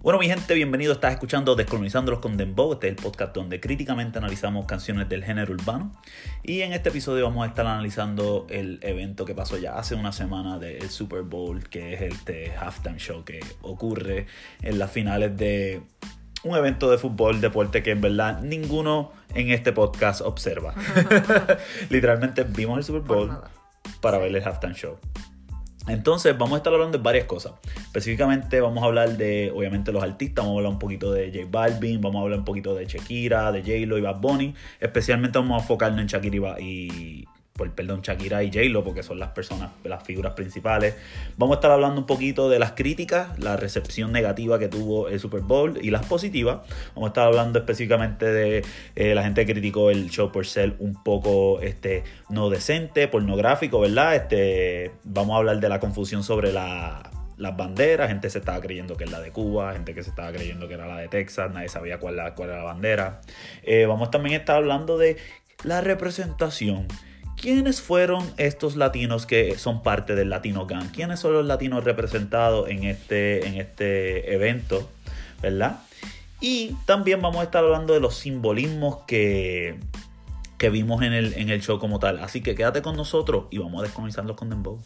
Bueno, mi gente, bienvenido. Estás escuchando Descolonizándolos con Dembow. Este es el podcast donde críticamente analizamos canciones del género urbano. Y en este episodio vamos a estar analizando el evento que pasó ya hace una semana del Super Bowl, que es este halftime show que ocurre en las finales de un evento de fútbol, deporte que en verdad ninguno en este podcast observa. Literalmente vimos el Super Bowl para ver el halftime show. Entonces vamos a estar hablando de varias cosas. Específicamente vamos a hablar de, obviamente, los artistas. Vamos a hablar un poquito de J Balvin. Vamos a hablar un poquito de Shakira, de J-Lo y Bad Bunny. Especialmente vamos a enfocarnos en Shakira y J-Lo, porque son las figuras principales. Vamos a estar hablando un poquito de las críticas, la recepción negativa que tuvo el Super Bowl y las positivas. Vamos a estar hablando específicamente de la gente que criticó el show por ser un poco no decente, pornográfico, ¿verdad? Vamos a hablar de la confusión sobre las banderas. Gente se estaba creyendo que es la de Cuba, gente que se estaba creyendo que era la de Texas, nadie sabía cuál era la bandera. Vamos también a estar hablando de la representación. ¿Quiénes fueron estos latinos que son parte del Latino Gang? ¿Quiénes son los latinos representados en este evento? ¿Verdad? Y también vamos a estar hablando de los simbolismos que vimos en el show como tal. Así que quédate con nosotros y vamos a descolonizarlos con Dembow.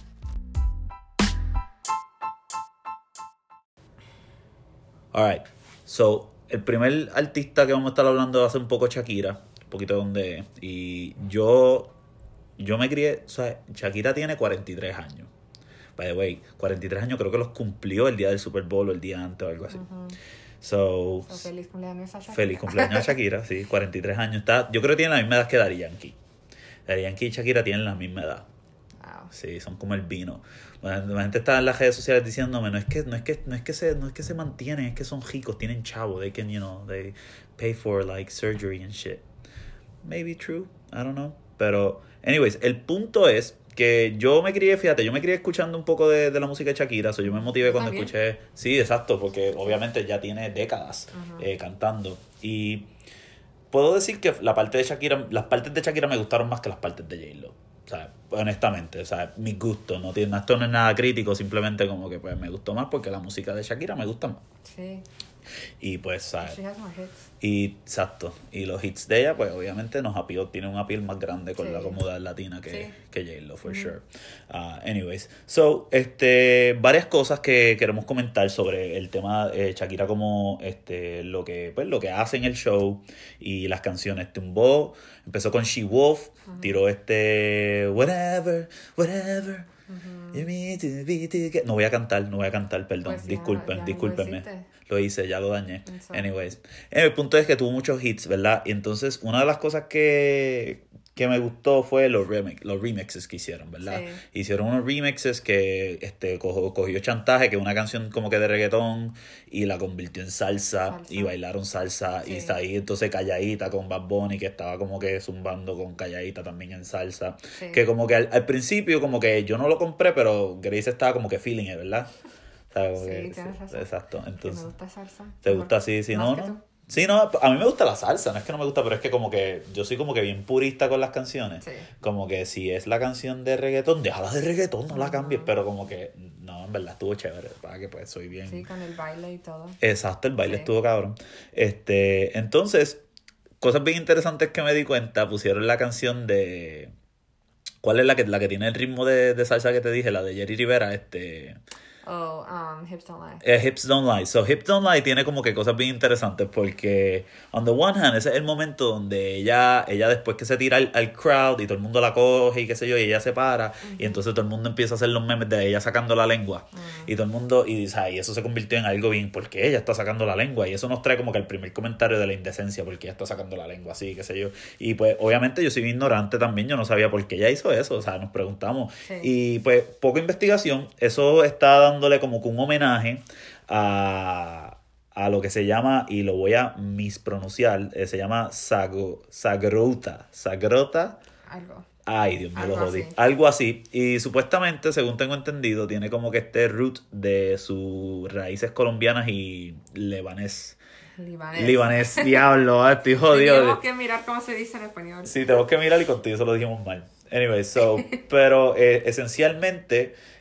Alright, so el primer artista que vamos a estar hablando va a ser un poco Shakira, un poquito de donde. Y yo me crié, o sea, Shakira tiene 43 años. By the way, 43 años creo que los cumplió el día del Super Bowl o el día antes o algo así. Uh-huh. So, feliz cumpleaños a Shakira. Feliz cumpleaños a Shakira, sí, 43 años. Yo creo que tienen la misma edad que Daddy Yankee. Daddy Yankee y Shakira tienen la misma edad. Wow. Sí, son como el vino. La gente está en las redes sociales diciéndome, no es que se mantienen, es que son ricos, tienen chavo, they can, they pay for like surgery and shit. Maybe true, I don't know. Pero, anyways, el punto es que yo me crié escuchando un poco de la música de Shakira. So yo me motivé cuando escuché. Sí, exacto, porque obviamente ya tiene décadas cantando. Y puedo decir que las partes de Shakira me gustaron más que las partes de J-Lo. O sea, honestamente, o sea, mi gusto. Esto no es nada crítico, simplemente como que pues me gustó más porque la música de Shakira me gusta más. Sí. Y pues, ¿sabes? She has more hits. Y exacto. Y los hits de ella, pues obviamente tiene un appeal más grande con la comunidad latina que J-Lo, for sure. Anyways, so, varias cosas que queremos comentar sobre el tema de Shakira, como lo que hace en el show y las canciones. Empezó con She Wolf, tiró whatever. No voy a cantar, perdón. Pues Discúlpenme. Lo hice, ya lo dañé. Anyways. El punto es que tuvo muchos hits, ¿verdad? Y entonces, una de las cosas que me gustó fue los remixes que hicieron, ¿verdad? Sí. Hicieron unos remixes que cogió Chantaje, que es una canción como que de reggaetón, y la convirtió en salsa. Y bailaron salsa. Sí. Y está ahí entonces Calladita con Bad Bunny, que estaba como que zumbando con Calladita también en salsa. Sí. Que como que al principio como que yo no lo compré, pero Grace estaba como que feeling it, ¿verdad? Sí, tienes razón. Exacto. Entonces, me gusta salsa. ¿te gusta así? Sí, no. Sí, no, a mí me gusta la salsa, no es que no me gusta, pero es que como que yo soy como que bien purista con las canciones. Sí. Como que si es la canción de reggaetón, déjala de reggaetón, no la cambies, pero como que, no, en verdad estuvo chévere, para que pues soy bien. Sí, con el baile y todo. Exacto, el baile estuvo cabrón. Entonces, cosas bien interesantes que me di cuenta, pusieron la canción de... ¿Cuál es la que tiene el ritmo de salsa que te dije? La de Jerry Rivera, Hips Don't Lie. Hips Don't Lie. So, Hips Don't Lie tiene como que cosas bien interesantes porque, on the one hand, ese es el momento donde ella después que se tira al crowd y todo el mundo la coge y qué sé yo, y ella se para, y entonces todo el mundo empieza a hacer los memes de ella sacando la lengua. Y todo el mundo, y eso se convirtió en algo bien, porque ella está sacando la lengua, y eso nos trae como que el primer comentario de la indecencia, porque ella está sacando la lengua así, qué sé yo. Y pues, obviamente yo soy ignorante también, yo no sabía por qué ella hizo eso, o sea, nos preguntamos. Sí. Y pues, poca investigación, eso está dándole como que un homenaje a lo que se llama, y lo voy a mispronunciar, se llama Sagrota. Algo. Ay, Dios mío, lo jodí. Algo así. Y supuestamente, según tengo entendido, tiene como que root de sus raíces colombianas y libanés, diablo, estoy jodido. Tenemos que mirar cómo se dice en español. Sí, tenemos que mirar y contigo eso lo dijimos mal. Anyway, pero esencialmente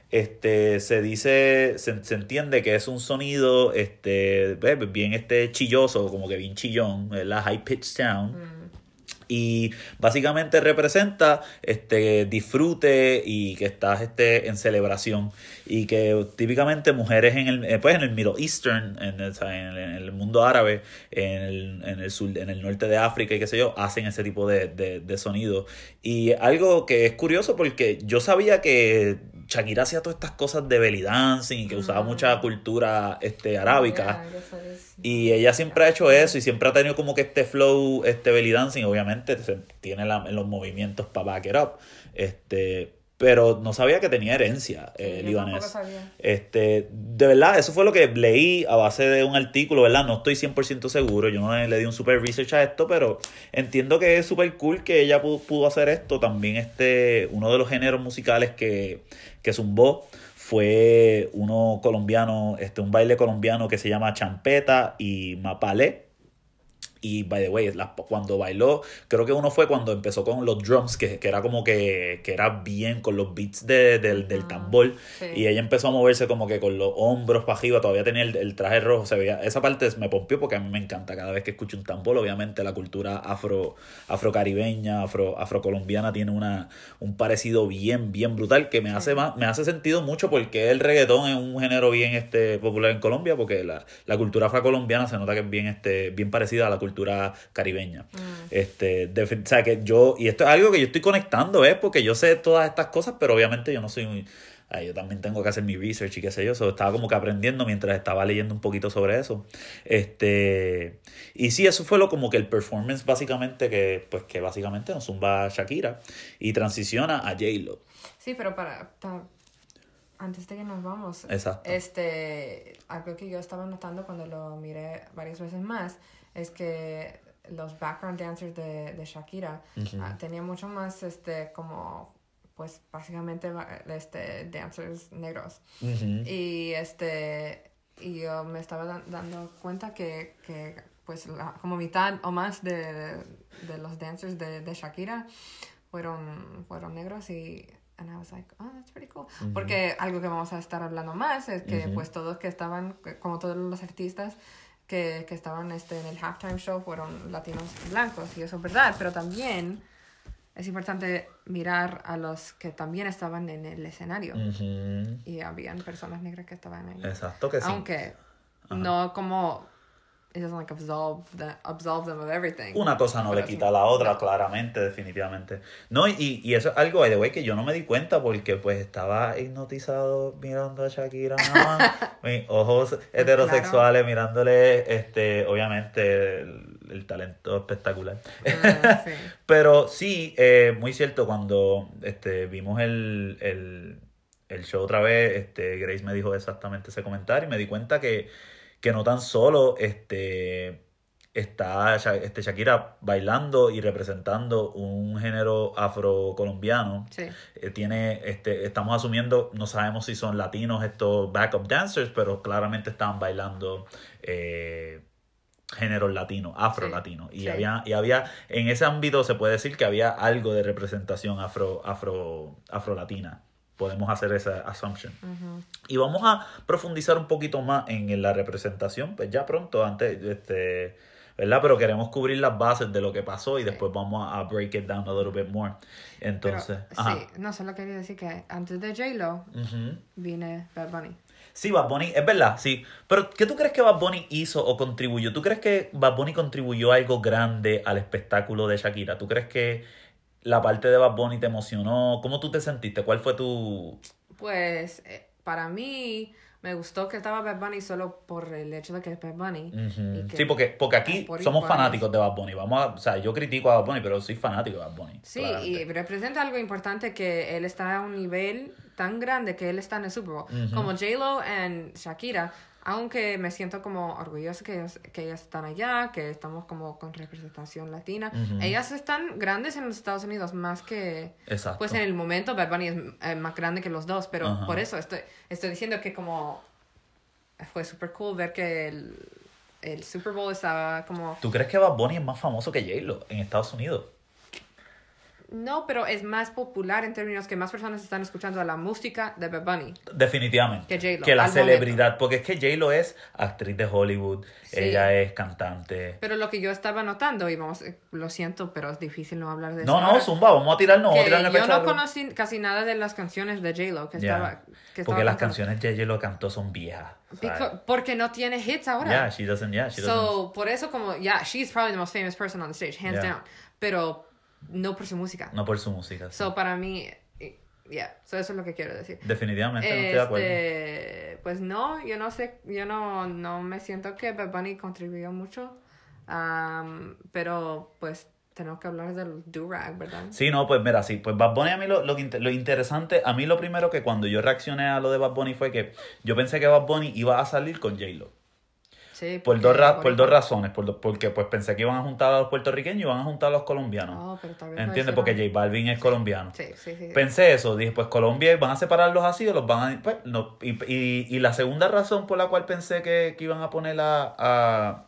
se entiende que es un sonido bien chilloso, como que bien chillón, la high pitch sound. Y básicamente representa disfrute y que estás en celebración. Y que típicamente mujeres en el Middle Eastern, en el mundo árabe, en el sur, en el norte de África y qué sé yo, hacen ese tipo de sonido. Y algo que es curioso porque yo sabía que Shakira hacía todas estas cosas de belly dancing y que usaba mucha cultura arábica. Y ella siempre ha hecho eso y siempre ha tenido como que este flow, belly dancing, obviamente tiene en los movimientos para back it up. Pero no sabía que tenía herencia libanés. De verdad, eso fue lo que leí a base de un artículo, ¿verdad? No estoy 100% seguro, yo no le di un super research a esto, pero entiendo que es super cool que ella pudo hacer esto. También uno de los géneros musicales que zumbó fue uno colombiano, un baile colombiano que se llama champeta y mapalé. Y, by the way, cuando bailó, creo que uno fue cuando empezó con los drums, que era como que era bien con los beats del tambor. Sí. Y ella empezó a moverse como que con los hombros para arriba, todavía tenía el traje rojo, se veía. Esa parte me pompió porque a mí me encanta cada vez que escucho un tambor. Obviamente la cultura afrocaribeña, afrocolombiana tiene un parecido bien brutal que me hace sentido mucho porque el reggaetón es un género bien popular en Colombia, porque la cultura afrocolombiana se nota que es bien parecida a la cultura caribeña. O sea que y esto es algo que yo estoy conectando, porque yo sé todas estas cosas, pero obviamente yo no soy yo también tengo que hacer mi research y qué sé yo, estaba como que aprendiendo mientras estaba leyendo un poquito sobre eso. Y sí, eso fue como que el performance básicamente que básicamente nos zumba Shakira y transiciona a J-Lo. Sí, pero antes de que nos vamos, exacto, algo que yo estaba notando cuando lo miré varias veces más es que los background dancers de Shakira tenían mucho más como pues básicamente dancers negros. Y y yo me estaba dando cuenta que pues como mitad o más de los dancers de Shakira fueron negros. And I was like, oh, that's pretty cool. Porque algo que vamos a estar hablando más es que pues todos que estaban, como todos los artistas que estaban en el halftime show fueron latinos blancos, y eso es verdad, pero también es importante mirar a los que también estaban en el escenario. Y habían personas negras que estaban ahí. Exacto que sí. Aunque no como it doesn't like absolve them of everything. Una cosa no le quita a la otra, claramente, definitivamente. No, y eso es algo, by the way, que yo no me di cuenta porque pues estaba hipnotizado mirando a Shakira nada más. Mis ojos heterosexuales mirándole, obviamente, el talento espectacular. Sí. Pero sí, muy cierto, cuando vimos el show otra vez, Grace me dijo exactamente ese comentario y me di cuenta que no tan solo está Shakira bailando y representando un género afrocolombiano. Sí. Estamos asumiendo, no sabemos si son latinos estos backup dancers, pero claramente estaban bailando géneros latinos, afro-latinos. Sí. Y había, en ese ámbito se puede decir que había algo de representación afro-latina. Podemos hacer esa assumption. Y vamos a profundizar un poquito más en la representación, pues ya pronto, antes, ¿verdad? Pero queremos cubrir las bases de lo que pasó y después vamos a break it down a little bit more. Entonces, sí, no, solo quería decir que antes de J-Lo viene Bad Bunny. Sí, Bad Bunny, es verdad, sí. Pero, ¿qué tú crees que Bad Bunny hizo o contribuyó? ¿Tú crees que Bad Bunny contribuyó algo grande al espectáculo de Shakira? ¿Tú crees que la parte de Bad Bunny te emocionó? ¿Cómo tú te sentiste? ¿Cuál fue tu...? Pues, para mí, me gustó que estaba Bad Bunny solo por el hecho de que es Bad Bunny. Y que, sí, porque aquí somos fanáticos de Bad Bunny. O sea, yo critico a Bad Bunny, pero soy fanático de Bad Bunny. Sí, claramente. Y representa algo importante que él está a un nivel tan grande que él está en el Super Bowl. Como J-Lo y Shakira, aunque me siento como orgullosa que ellas están allá, que estamos como con representación latina. Ellas están grandes en los Estados Unidos más que... Exacto. Pues en el momento Bad Bunny es más grande que los dos, pero por eso estoy diciendo que como fue super cool ver que el Super Bowl estaba como... ¿Tú crees que Bad Bunny es más famoso que J-Lo en Estados Unidos? No, pero es más popular en términos que más personas están escuchando a la música de Bad Bunny. Definitivamente. Que J-Lo, Que la al celebridad. momento. Porque es que J-Lo es actriz de Hollywood. Sí. Ella es cantante. Pero lo que yo estaba notando, y vamos, lo siento, pero es difícil no hablar de eso. No, ahora, zumba, vamos a tirarnos. Vamos a que tirarle yo pecho no al- conocí casi nada de las canciones de J-Lo que Ya. estaba Porque estaba las cantando. canciones que J-Lo cantó son viejas. Porque no tiene hits ahora. Yeah, she doesn't. So, por eso como, she's probably the most famous person on the stage, hands Yeah. down. Pero no por su música. No por su música. Sí. So, para mí, so eso es lo que quiero decir. Definitivamente no estoy de acuerdo. Pues no, yo no sé, yo no me siento que Bad Bunny contribuyó mucho. Pero, pues, tenemos que hablar del do-rag, ¿verdad? Sí, no, pues mira, sí, pues Bad Bunny a mí lo interesante, a mí lo primero que cuando yo reaccioné a lo de Bad Bunny fue que yo pensé que Bad Bunny iba a salir con J-Lo. Sí, Por dos razones, porque pues pensé que iban a juntar a los puertorriqueños y iban a juntar a los colombianos. Oh, pero tal vez ¿Entiendes? no Porque hicieron. J Balvin es colombiano. Sí. Pensé eso, dije, pues Colombia, ¿van a separarlos así o los van a...? Pues no. Y la segunda razón por la cual pensé que iban a poner a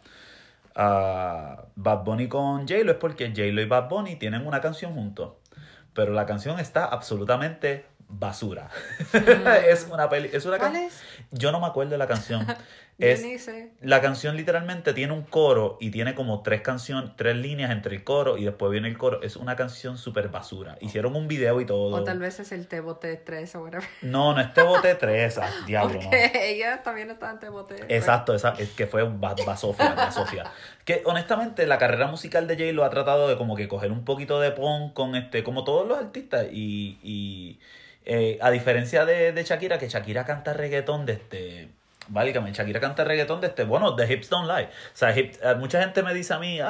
Bad Bunny con J-Lo es porque J-Lo y Bad Bunny tienen una canción juntos. Pero la canción está absolutamente basura. Es una ¿Cuál es? Yo no me acuerdo de la canción. Yo Es, ni sé. la canción literalmente tiene un coro y tiene como tres líneas entre el coro y después viene el coro. Es una canción súper basura. Hicieron un video y todo. O tal vez es el T-Bote 3 o whatever. No es T-Bote 3, diablo, no. Porque ella también está en T-Bote. Exacto, es que fue Basofia. Que honestamente la carrera musical de J-Lo ha tratado de como que coger un poquito de pon con como todos los artistas y a diferencia de Shakira, que Shakira canta reggaetón válgame, Shakira canta reggaetón bueno, de Hips Don't Lie. O sea, mucha gente me dice a mí,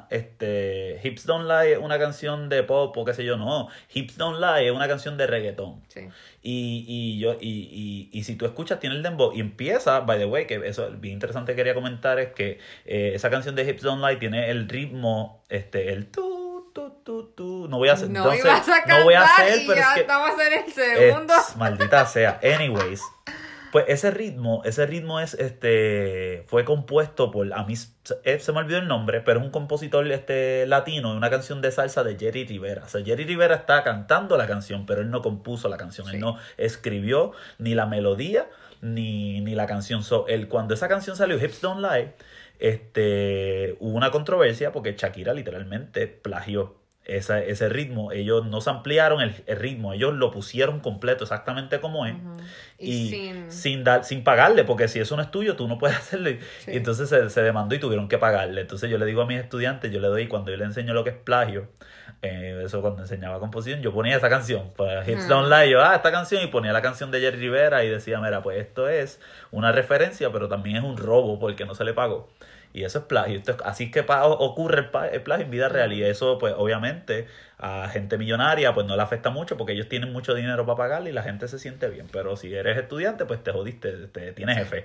Hips Don't Lie es una canción de pop o qué sé yo. No, Hips Don't Lie es una canción de reggaetón. Sí. Y si tú escuchas, tiene el dembow y empieza, by the way, que eso bien interesante que quería comentar es que esa canción de Hips Don't Lie tiene el ritmo, el tu. No voy a hacer, No ibas a cantar, no voy a hacer, y pero ya es que estamos en el segundo. maldita sea. Anyways, pues ese ritmo fue compuesto por, a mí se me olvidó el nombre, pero es un compositor latino de una canción de salsa de Jerry Rivera. O sea, Jerry Rivera está cantando la canción, pero él no compuso la canción, Sí. él no escribió ni la melodía ni la canción. Cuando esa canción salió, Hips Don't Lie, hubo una controversia porque Shakira literalmente plagió ese ritmo. Ellos no ampliaron el ritmo, ellos lo pusieron completo exactamente como es. Ujú. Y sin pagarle, porque si eso no es tuyo, tú no puedes hacerlo. Sí. Y entonces se demandó y tuvieron que pagarle. Entonces yo le digo a mis estudiantes, cuando yo les enseño lo que es plagio, eso cuando enseñaba composición, yo ponía esa canción, pues Hips Don't Lie, esta canción, y ponía la canción de Jerry Rivera y decía, mira, pues esto es una referencia, pero también es un robo porque no se le pagó. Y eso es plagio. Así es que ocurre el plagio en vida real. Y eso, pues, obviamente, a gente millonaria, pues, no le afecta mucho porque ellos tienen mucho dinero para pagarle y la gente se siente bien. Pero si eres estudiante, pues, te jodiste, tienes jefe.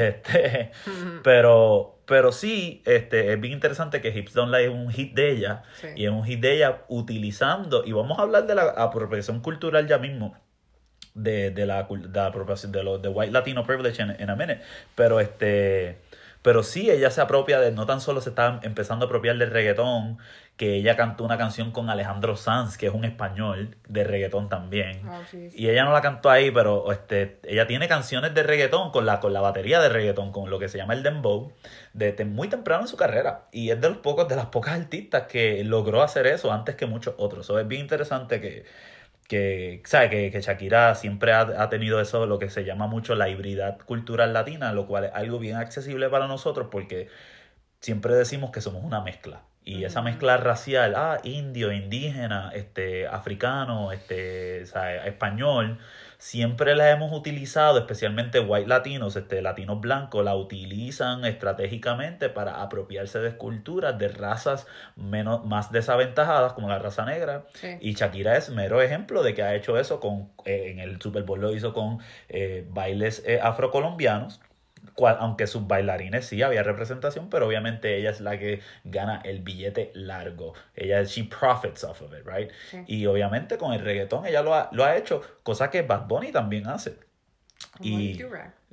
Pero sí, es bien interesante que Hips Don't Lie es un hit de ella. Sí. Y es un hit de ella utilizando, y vamos a hablar de la apropiación cultural ya mismo, de la apropiación de White Latino Privilege en a minute. Pero sí, ella se apropia no tan solo se está empezando a apropiar del reggaetón, que ella cantó una canción con Alejandro Sanz, que es un español de reggaetón también. Oh, geez. Y ella no la cantó ahí, pero ella tiene canciones de reggaetón con la batería de reggaetón, con lo que se llama el dembow, muy temprano en su carrera. Y es de las pocas artistas que logró hacer eso antes que muchos otros. So, es bien interesante que Shakira siempre ha tenido eso, lo que se llama mucho la hibridad cultural latina, lo cual es algo bien accesible para nosotros porque siempre decimos que somos una mezcla. Y esa mezcla racial, indio, indígena, africano, español, siempre la hemos utilizado, especialmente white latinos, latinos blancos, la utilizan estratégicamente para apropiarse de culturas de razas más desaventajadas, como la raza negra. Sí. Y Shakira es mero ejemplo de que ha hecho eso en el Super Bowl lo hizo con bailes afrocolombianos. Aunque sus bailarines sí había representación, pero obviamente ella es la que gana el billete largo. She profits off of it, right? Sí. Y obviamente con el reggaetón ella lo ha hecho, cosa que Bad Bunny también hace. Como el do-rag.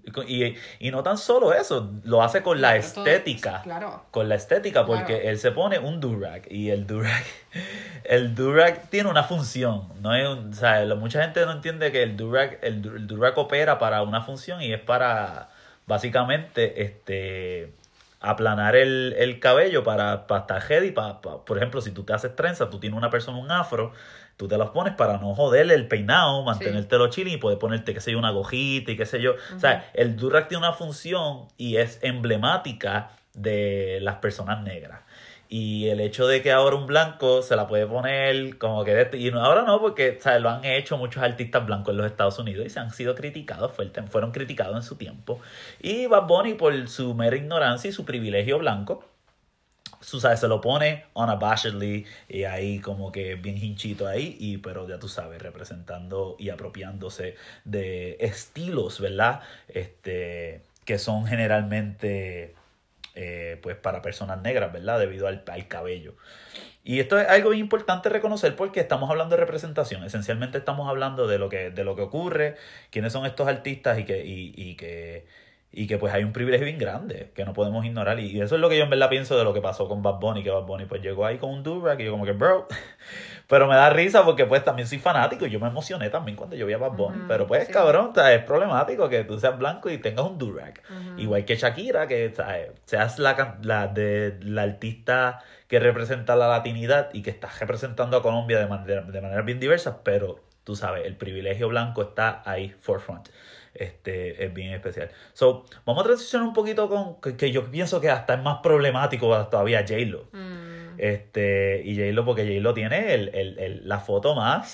Y no tan solo eso, lo hace con la estética. Claro. Con la estética, porque él se pone un durag y el durag tiene una función. No es o sea, mucha gente no entiende que el durag opera para una función y es para básicamente aplanar el cabello para estar heavy. Por ejemplo, si tú te haces trenza, tú tienes una persona un afro, tú te los pones para no joderle el peinado, mantenértelo chilling y poder ponerte, qué sé yo, una gojita y qué sé yo. O sea, el durag tiene una función y es emblemática de las personas negras. Y el hecho de que ahora un blanco se la puede poner como que... Y ahora no, porque lo han hecho muchos artistas blancos en los Estados Unidos y se han sido criticados, fueron criticados en su tiempo. Y Bad Bunny, por su mera ignorancia y su privilegio blanco, sabes, se lo pone unabashedly y ahí como que bien hinchito ahí, pero ya tú sabes, representando y apropiándose de estilos, ¿verdad? Que son generalmente pues para personas negras, ¿verdad? Debido al cabello. Y esto es algo bien importante reconocer porque estamos hablando de representación. Esencialmente estamos hablando de lo que ocurre, quiénes son estos artistas y que pues hay un privilegio bien grande que no podemos ignorar. Y eso es lo que yo en verdad pienso de lo que pasó con Bad Bunny, que Bad Bunny pues llegó ahí con un durag y yo como que bro. Pero me da risa porque pues también soy fanático y yo me emocioné también cuando yo vi a Bad Bunny. Pero pues cabrón, es problemático que tú seas blanco y tengas un durag. Igual que Shakira, que seas la artista que representa la latinidad y que estás representando a Colombia de manera bien diversa, pero tú sabes, el privilegio blanco está ahí forefront. Es bien especial. So, vamos a transicionar un poquito con que yo pienso que hasta es más problemático todavía J-Lo. Y J-Lo, porque J-Lo tiene la foto más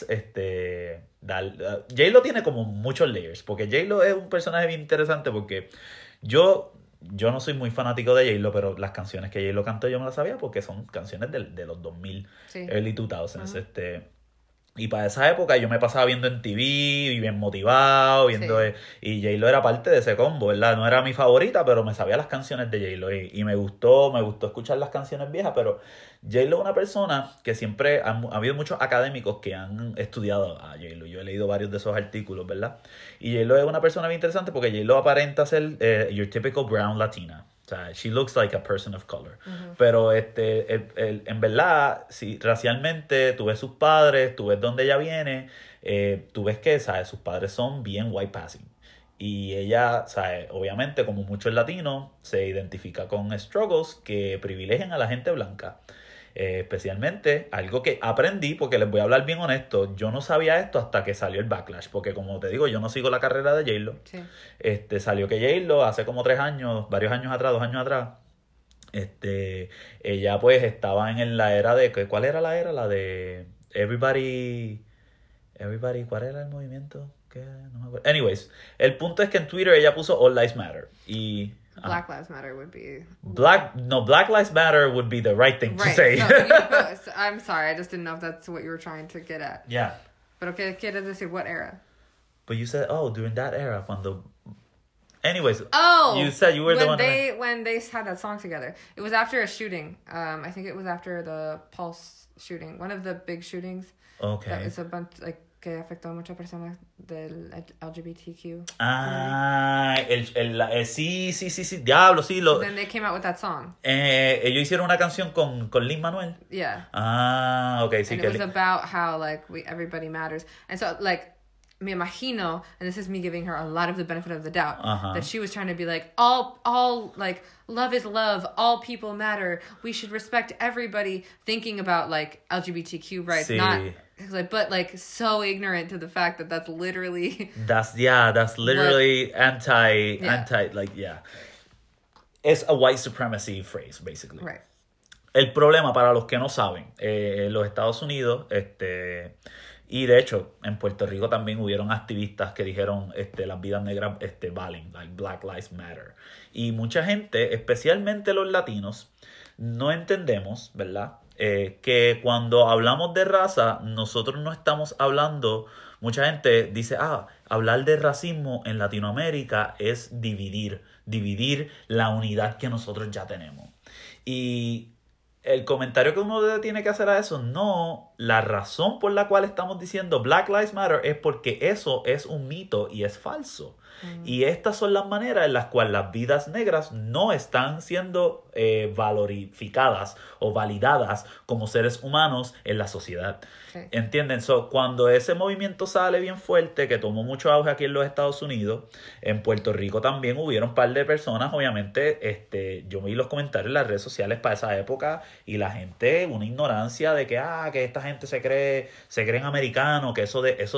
J-Lo tiene como muchos layers, porque J-Lo es un personaje bien interesante porque yo no soy muy fanático de J-Lo, pero las canciones que J-Lo cantó yo me las sabía porque son canciones de los 2000, early 2000s. Y para esa época yo me pasaba viendo en TV y bien motivado, viendo... Y J-Lo era parte de ese combo, ¿verdad? No era mi favorita, pero me sabía las canciones de J-Lo y me gustó escuchar las canciones viejas, pero J-Lo es una persona que siempre... Ha habido muchos académicos que han estudiado a J-Lo. Yo he leído varios de esos artículos, ¿verdad? Y J-Lo es una persona bien interesante porque J-Lo aparenta ser your typical brown Latina. O sea, she looks like a person of color. Pero en verdad, si racialmente tú ves sus padres, tú ves dónde ella viene, tú ves que, ¿sabes? Sus padres son bien white passing. Y ella, ¿sabes? Obviamente, como muchos latinos, se identifica con struggles que privilegian a la gente blanca. Especialmente, algo que aprendí, porque les voy a hablar bien honesto, yo no sabía esto hasta que salió el backlash, porque como te digo, yo no sigo la carrera de J-Lo. Salió que J-Lo hace como 3 años, varios años atrás, 2 años atrás, ella pues estaba en la era de, ¿cuál era la era? La de Everybody, ¿cuál era el movimiento? No me acuerdo. Anyways, el punto es que en Twitter ella puso All Lives Matter y... Black Lives Matter would be... Black Lives Matter would be the right thing to say. So, I'm sorry, I just didn't know if that's what you were trying to get at. Yeah. Pero ¿qué quieres decir? What era? But you said, during that era, cuando... Anyways, you said you were the one... When they had that song together. It was after a shooting. I think it was after the Pulse shooting. One of the big shootings. Okay. That was a bunch, que afectó a muchas personas del LGBTQ. Sí, diablo, sí. Then they came out with that song. Ellos hicieron una canción con Lin-Manuel. Yeah. Okay, sí. And it was about how, everybody matters. And so, me imagino, and this is me giving her a lot of the benefit of the doubt, that she was trying to be all love is love, all people matter, we should respect everybody, thinking about, LGBTQ rights, but so ignorant to the fact that that's literally... That's literally anti, It's a white supremacy phrase, basically. Right. El problema, para los que no saben, los Estados Unidos, y de hecho, en Puerto Rico también hubieron activistas que dijeron las vidas negras valen, Black Lives Matter. Y mucha gente, especialmente los latinos, no entendemos, ¿verdad? Que cuando hablamos de raza, nosotros no estamos hablando... Mucha gente dice, hablar de racismo en Latinoamérica es dividir la unidad que nosotros ya tenemos. Y el comentario que uno tiene que hacer a eso, no la razón por la cual estamos diciendo Black Lives Matter es porque eso es un mito y es falso. Y estas son las maneras en las cuales las vidas negras no están siendo valorificadas o validadas como seres humanos en la sociedad. Sí. ¿Entienden? So, cuando ese movimiento sale bien fuerte, que tomó mucho auge aquí en los Estados Unidos, en Puerto Rico también hubieron un par de personas, obviamente, yo vi los comentarios en las redes sociales para esa época y la gente, una ignorancia de que esta gente se creen americanos, que eso es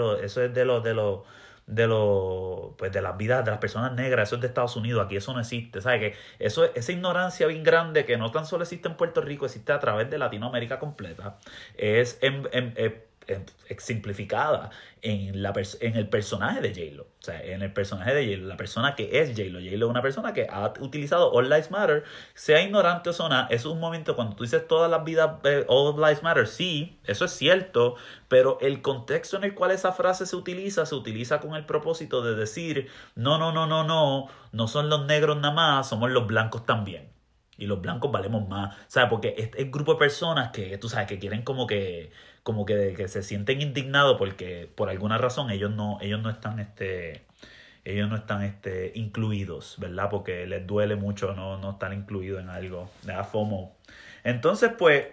de las vidas de las personas negras, eso es de Estados Unidos, aquí eso no existe, ¿sabes? Que esa ignorancia bien grande que no tan solo existe en Puerto Rico, existe a través de Latinoamérica completa, es simplificada en el personaje de J-Lo. O sea, en el personaje de J-Lo, la persona que es J-Lo. J-Lo es una persona que ha utilizado All Lives Matter, sea ignorante o no, es un momento cuando tú dices todas las vidas, All Lives Matter, sí, eso es cierto, pero el contexto en el cual esa frase se utiliza con el propósito de decir, no son los negros nada más, somos los blancos también. Y los blancos valemos más, ¿sabes? Porque es el grupo de personas que, tú sabes, que quieren como que se sienten indignados porque por alguna razón ellos no están incluidos, ¿verdad? Porque les duele mucho no estar incluidos en algo, le da FOMO. Entonces, pues,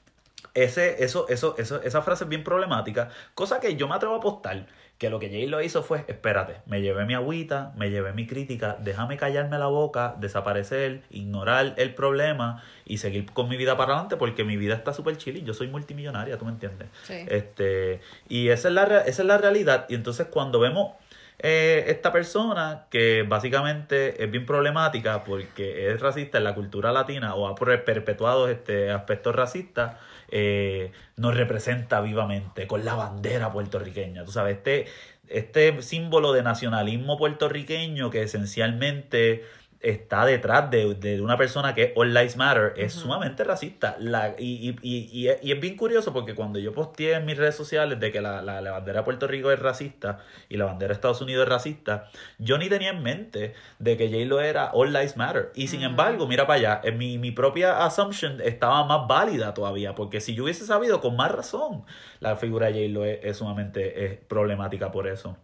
esa frase es bien problemática, cosa que yo me atrevo a apostar que lo que J-Lo hizo fue, espérate, me llevé mi agüita, me llevé mi crítica, déjame callarme la boca, desaparecer, ignorar el problema y seguir con mi vida para adelante porque mi vida está súper chilling, yo soy multimillonaria, ¿tú me entiendes? Sí. Y esa es la realidad. Y entonces cuando vemos esta persona que básicamente es bien problemática porque es racista en la cultura latina o ha perpetuado aspectos racistas, nos representa vivamente con la bandera puertorriqueña. Tú sabes, este símbolo de nacionalismo puertorriqueño que esencialmente está detrás de una persona que es All Lives Matter, es sumamente racista. Y es bien curioso porque cuando yo posteé en mis redes sociales de que la bandera de Puerto Rico es racista y la bandera de Estados Unidos es racista, yo ni tenía en mente de que J-Lo era All Lives Matter. Y sin embargo, mira para allá, mi propia assumption estaba más válida todavía, porque si yo hubiese sabido con más razón, la figura de J-Lo es sumamente problemática por eso.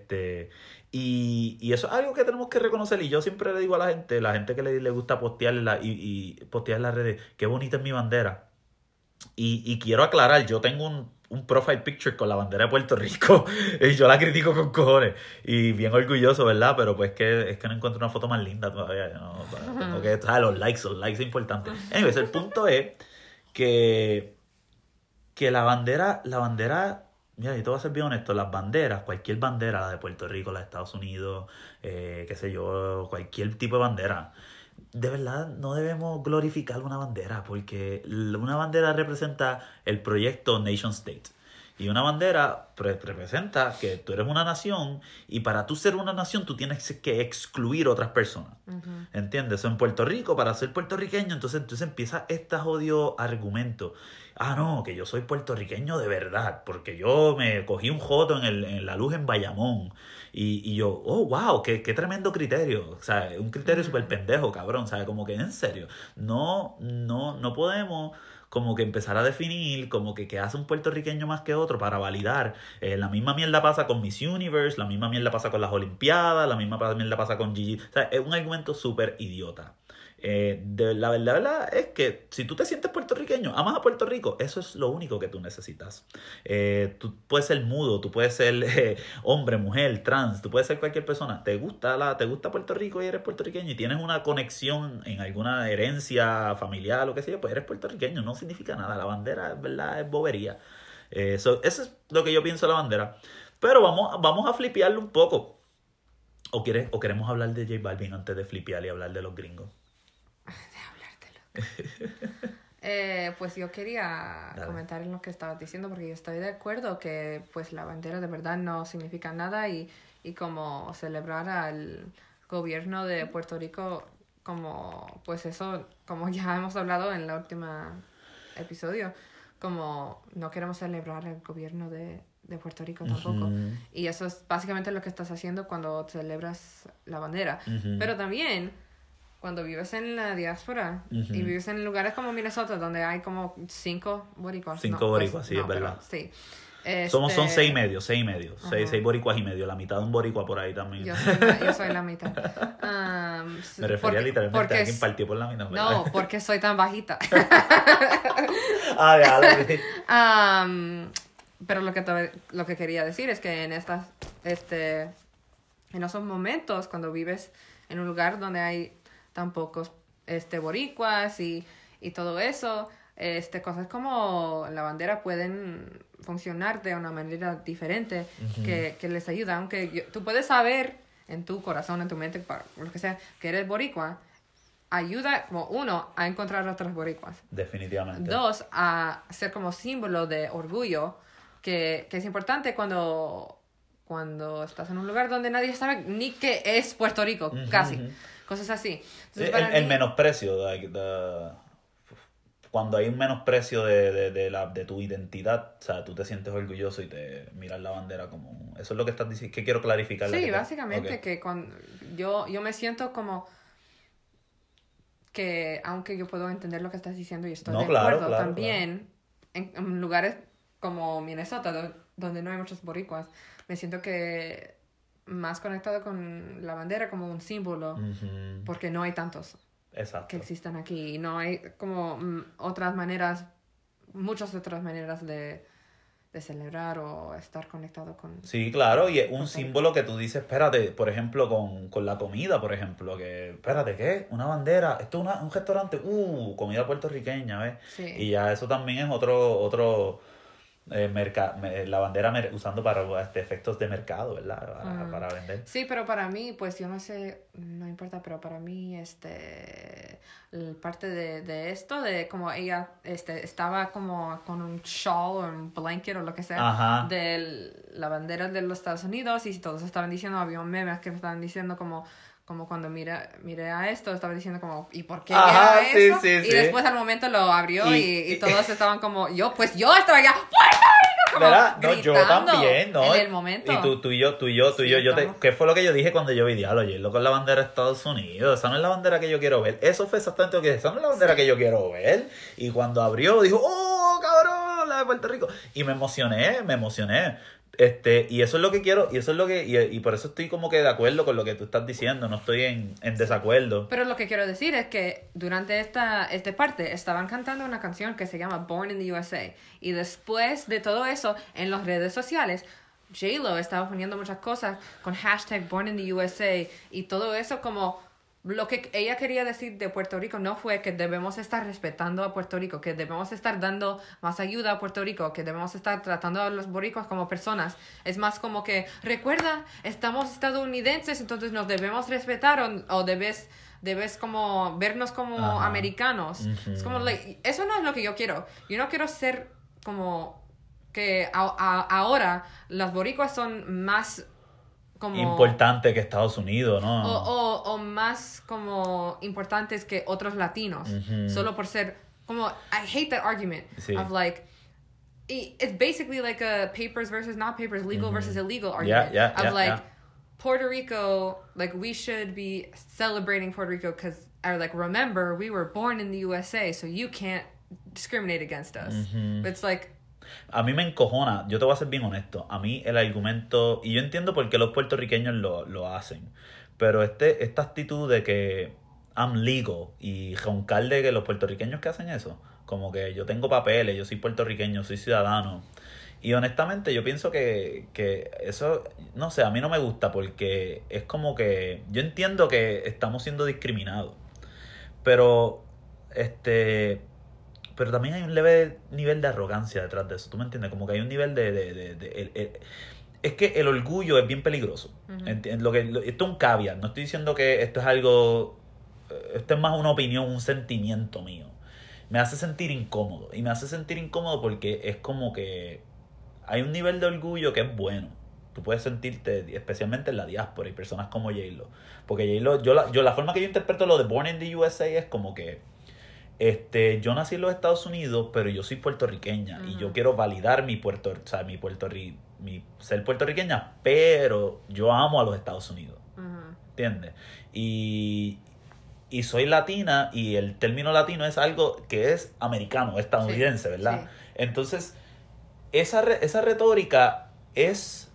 Y eso es algo que tenemos que reconocer. Y yo siempre le digo a la gente que le gusta postear y postear en las redes, qué bonita es mi bandera. Y quiero aclarar, yo tengo un profile picture con la bandera de Puerto Rico y yo la critico con cojones y bien orgulloso, ¿verdad? Pero pues es que no encuentro una foto más linda todavía. Tengo que los likes es importante. Anyways, el punto es que la bandera, mira, yo te voy a ser bien honesto, las banderas, cualquier bandera, la de Puerto Rico, la de Estados Unidos, qué sé yo, cualquier tipo de bandera, de verdad no debemos glorificar una bandera, porque una bandera representa el proyecto Nation State. Y una bandera representa que tú eres una nación y para tú ser una nación tú tienes que excluir otras personas. ¿Entiendes? En Puerto Rico, para ser puertorriqueño, entonces empieza este jodido argumento. No, que yo soy puertorriqueño de verdad, porque yo me cogí un joto en la luz en Bayamón. Y yo, wow, qué tremendo criterio. O sea, un criterio súper pendejo, cabrón. O sea, como que en serio. No podemos como que empezar a definir como que hace un puertorriqueño más que otro para validar. La misma mierda pasa con Miss Universe, la misma mierda pasa con las Olimpiadas, la misma mierda pasa con Gigi. O sea, es un argumento súper idiota. La verdad es que si tú te sientes puertorriqueño, amas a Puerto Rico, eso es lo único que tú necesitas. Tú puedes ser mudo, tú puedes ser hombre, mujer, trans, tú puedes ser cualquier persona. Te gusta Puerto Rico y eres puertorriqueño y tienes una conexión en alguna herencia familiar o lo que sea, pues eres puertorriqueño, no significa nada. La bandera, verdad, es bobería. Eso es lo que yo pienso de la bandera. Pero vamos a flipearlo un poco. ¿O queremos hablar de J Balvin antes de flipear y hablar de los gringos? Pues yo quería comentar en lo que estabas diciendo porque yo estoy de acuerdo que pues la bandera de verdad no significa nada y como celebrar al gobierno de Puerto Rico como pues eso, como ya hemos hablado en el último episodio, como no queremos celebrar el gobierno de Puerto Rico tampoco. Y eso es básicamente lo que estás haciendo cuando celebras la bandera. Pero también cuando vives en la diáspora y vives en lugares como Minnesota, donde hay como 5 boricuas. 5 boricuas, sí, es verdad. Sí. Son 6 y medio. 6 boricuas y medio. La mitad de un boricua por ahí también. Yo soy la mitad. Me refería literalmente a alguien partió por la mitad. No, porque soy tan bajita. Pero lo que quería decir es que en esos momentos, cuando vives en un lugar donde hay tan pocos boricuas y todo eso, cosas como la bandera pueden funcionar de una manera diferente que les ayuda. Aunque tú puedes saber en tu corazón, en tu mente, lo que sea, que eres boricua, ayuda, como 1, a encontrar otros boricuas. Definitivamente. 2, a ser como símbolo de orgullo, que es importante cuando estás en un lugar donde nadie sabe ni qué es Puerto Rico, casi. Cosas así. Entonces, el menosprecio, cuando hay un menosprecio de tu identidad, o sea, tú te sientes orgulloso y te miras la bandera como... Eso es lo que estás diciendo, que quiero clarificar. Sí, básicamente, que cuando yo me siento como que, aunque yo puedo entender lo que estás diciendo y estoy de acuerdo, también en lugares como Minnesota, donde no hay muchos boricuas, me siento que más conectado con la bandera como un símbolo, porque no hay tantos. Exacto. Que existan aquí. No hay como muchas otras maneras de celebrar o estar conectado con... Sí, claro, y es un símbolo que tú dices, espérate, por ejemplo, con la comida, por ejemplo, que, espérate, ¿qué? Una bandera, esto es un restaurante, comida puertorriqueña, ¿ves? Sí. Y ya eso también es otro la bandera usando para efectos de mercado, ¿verdad? Para vender. Sí, pero para mí, pues yo no sé, no importa, pero para mí, parte de esto, de como ella estaba como con un shawl o un blanket o lo que sea, de la bandera de los Estados Unidos, y todos estaban diciendo, había un meme que estaban diciendo como cuando miré a esto, estaba diciendo como, ¿y por qué mira eso? Sí, y después al momento lo abrió y todos estaban como, yo estaba allá, ¡Puerto Rico! Como ¿verdad? No, yo también, ¿no? En el momento. Y tú y yo, ¿qué fue lo que yo dije cuando yo vi diablo? Lo con la bandera de Estados Unidos, esa no es la bandera que yo quiero ver. Eso fue exactamente lo que dije, esa no es la bandera que yo quiero ver. Y cuando abrió, dijo, ¡oh, cabrón! La de Puerto Rico. Y me emocioné. Y eso es lo que quiero, y eso es lo que, y por eso estoy como que de acuerdo con lo que tú estás diciendo, no estoy en desacuerdo. Pero lo que quiero decir es que durante esta parte estaban cantando una canción que se llama Born in the USA, y después de todo eso, en las redes sociales, J-Lo estaba poniendo muchas cosas con hashtag Born in the USA, y todo eso como... Lo que ella quería decir de Puerto Rico no fue que debemos estar respetando a Puerto Rico, que debemos estar dando más ayuda a Puerto Rico, que debemos estar tratando a los boricuas como personas. Es más como que, recuerda, estamos estadounidenses, entonces nos debemos respetar o debes como vernos como americanos. Es como, eso no es lo que yo quiero. Yo no quiero ser como que ahora las boricuas son más... como importante que Estados Unidos, ¿no? O más como importantes que otros latinos, solo por ser como, I hate that argument of like, it's basically like a papers versus not papers, legal versus illegal argument Puerto Rico, like we should be celebrating Puerto Rico because, or like, remember, we were born in the USA, so you can't discriminate against us. It's like, a mí me encojona, yo te voy a ser bien honesto, a mí el argumento, y yo entiendo por qué los puertorriqueños lo hacen, pero esta actitud de que I'm legal y roncar de que los puertorriqueños que hacen eso, como que yo tengo papeles, yo soy puertorriqueño, soy ciudadano, y honestamente yo pienso que eso, no sé, a mí no me gusta porque es como que yo entiendo que estamos siendo discriminados, pero pero también hay un leve nivel de arrogancia detrás de eso. ¿Tú me entiendes? Como que hay un nivel es que el orgullo es bien peligroso. Esto es un caveat. No estoy diciendo que esto es algo... Esto es más una opinión, un sentimiento mío. Me hace sentir incómodo. Y me hace sentir incómodo porque es como que hay un nivel de orgullo que es bueno. Tú puedes sentirte, especialmente en la diáspora, y personas como J-Lo. Porque J-Lo, la forma que yo interpreto lo de Born in the USA es como que yo nací en los Estados Unidos, pero yo soy puertorriqueña y yo quiero validar mi ser puertorriqueña, pero yo amo a los Estados Unidos. ¿Entiendes? Y y soy latina y el término latino es algo que es americano, estadounidense, sí, ¿verdad? sí. Entonces, esa retórica es